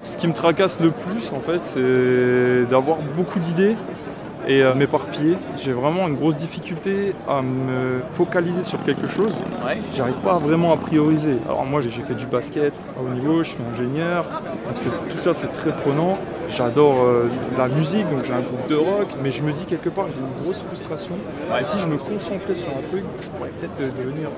Ce qui me tracasse le plus, en fait, c'est d'avoir beaucoup d'idées et m'éparpiller. J'ai vraiment une grosse difficulté à me focaliser sur quelque chose. Ouais. J'arrive pas vraiment à prioriser. Alors moi, j'ai fait du basket à haut niveau, je suis ingénieur, donc tout ça, c'est très prenant. J'adore la musique, donc j'ai un groupe de rock, mais je me dis quelque part, j'ai une grosse frustration. Et si je me concentrais sur un truc, je pourrais peut-être devenir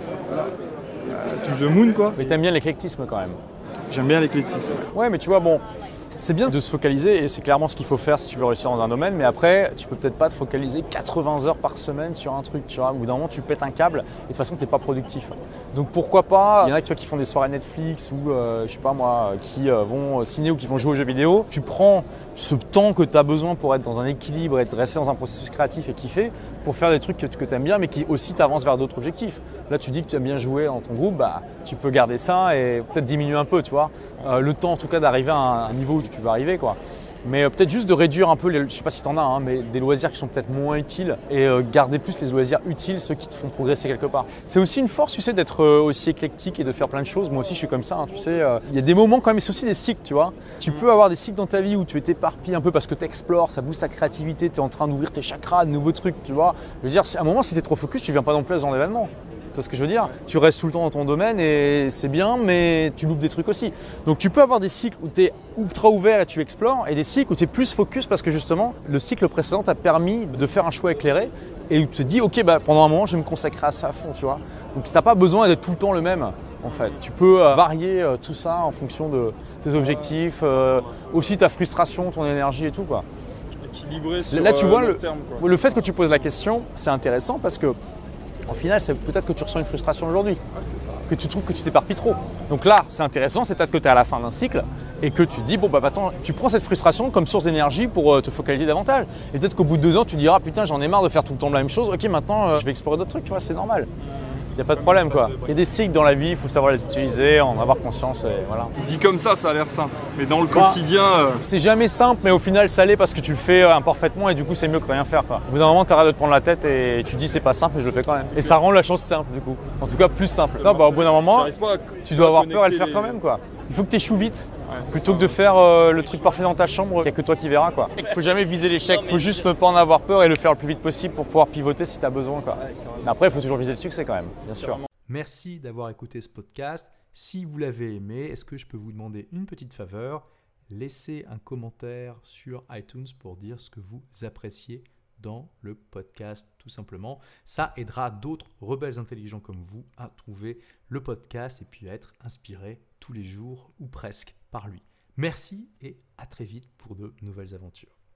to the moon, quoi. Mais t'aimes bien l'éclectisme quand même. J'aime bien l'éclectisme. Ouais, mais tu vois, bon, c'est bien de se focaliser et c'est clairement ce qu'il faut faire si tu veux réussir dans un domaine, mais après, tu peux peut-être pas te focaliser 80 heures par semaine sur un truc, tu vois. Au bout d'un moment, tu pètes un câble et de toute façon, t'es pas productif. Donc pourquoi pas, il y en a qui font des soirées Netflix ou, je sais pas moi, qui vont ciné ou qui vont jouer aux jeux vidéo. Tu prends ce temps que tu as besoin pour être dans un équilibre, rester dans un processus créatif et kiffer, pour faire des trucs que tu aimes bien, mais qui aussi t'avancent vers d'autres objectifs. Là, tu dis que tu aimes bien jouer dans ton groupe, bah, tu peux garder ça et peut-être diminuer un peu, tu vois. Le temps, en tout cas, d'arriver à un niveau où tu veux arriver, quoi. Mais peut-être juste de réduire un peu, je sais pas si tu en as, hein, mais des loisirs qui sont peut-être moins utiles et garder plus les loisirs utiles, ceux qui te font progresser quelque part. C'est aussi une force, tu sais, d'être aussi éclectique et de faire plein de choses. Moi aussi, je suis comme ça, hein, tu sais. Il y a des moments quand même, mais c'est aussi des cycles, tu vois. Tu peux avoir des cycles dans ta vie où tu t'éparpilles un peu parce que tu explores, ça booste ta créativité, tu es en train d'ouvrir tes chakras, de nouveaux trucs, tu vois. Je veux dire, à un moment, si tu es trop focus, tu viens pas non plus dans l'événement. Tu vois ce que je veux dire? Tu restes tout le temps dans ton domaine et c'est bien, mais tu loupes des trucs aussi. Donc tu peux avoir des cycles où tu es ultra ouvert et tu explores et des cycles où tu es plus focus parce que justement, le cycle précédent t'a permis de faire un choix éclairé et où tu te dis, ok, bah, pendant un moment, je vais me consacrer à ça à fond, tu vois. Donc tu n'as pas besoin d'être tout le temps le même, en fait. Tu peux varier tout ça en fonction de tes objectifs, aussi ta frustration, ton énergie et tout, quoi. Équilibré sur là, tu vois, long terme, quoi. le fait que tu poses la question, c'est intéressant parce que au final, c'est peut-être que tu ressens une frustration aujourd'hui, C'est ça. que tu trouves que tu t'éparpilles trop. Donc là, c'est intéressant, c'est peut-être que tu es à la fin d'un cycle et que tu te dis, bon bah attends, tu prends cette frustration comme source d'énergie pour te focaliser davantage. Et peut-être qu'au bout de 2 ans, tu diras, putain, j'en ai marre de faire tout le temps la même chose, ok, maintenant je vais explorer d'autres trucs, tu vois, c'est normal. Il n'y a pas de problème, quoi. Il y a des cycles dans la vie, il faut savoir les utiliser, en avoir conscience et voilà. Dit comme ça a l'air simple, mais dans le quotidien… C'est jamais simple, mais au final, ça l'est parce que tu le fais imparfaitement et du coup, c'est mieux que rien faire, quoi. Au bout d'un moment, tu arrêtes de te prendre la tête et tu te dis, c'est pas simple, mais je le fais quand même. Et ça rend la chose simple, du coup. En tout cas, plus simple. Non, bah, au bout d'un moment, tu dois avoir peur et le faire quand même, quoi. Il faut que tu échoues vite. Plutôt que de faire le truc parfait dans ta chambre, il n'y a que toi qui verras, quoi. Il faut jamais viser l'échec, il faut juste ne pas en avoir peur et le faire le plus vite possible pour pouvoir pivoter si tu as besoin, quoi. Mais après, il faut toujours viser le succès quand même, bien sûr. Merci d'avoir écouté ce podcast. Si vous l'avez aimé, est-ce que je peux vous demander une petite faveur? Laissez un commentaire sur iTunes pour dire ce que vous appréciez dans le podcast, tout simplement. Ça aidera d'autres rebelles intelligents comme vous à trouver le podcast et puis à être inspirés tous les jours ou presque par lui. Merci et à très vite pour de nouvelles aventures.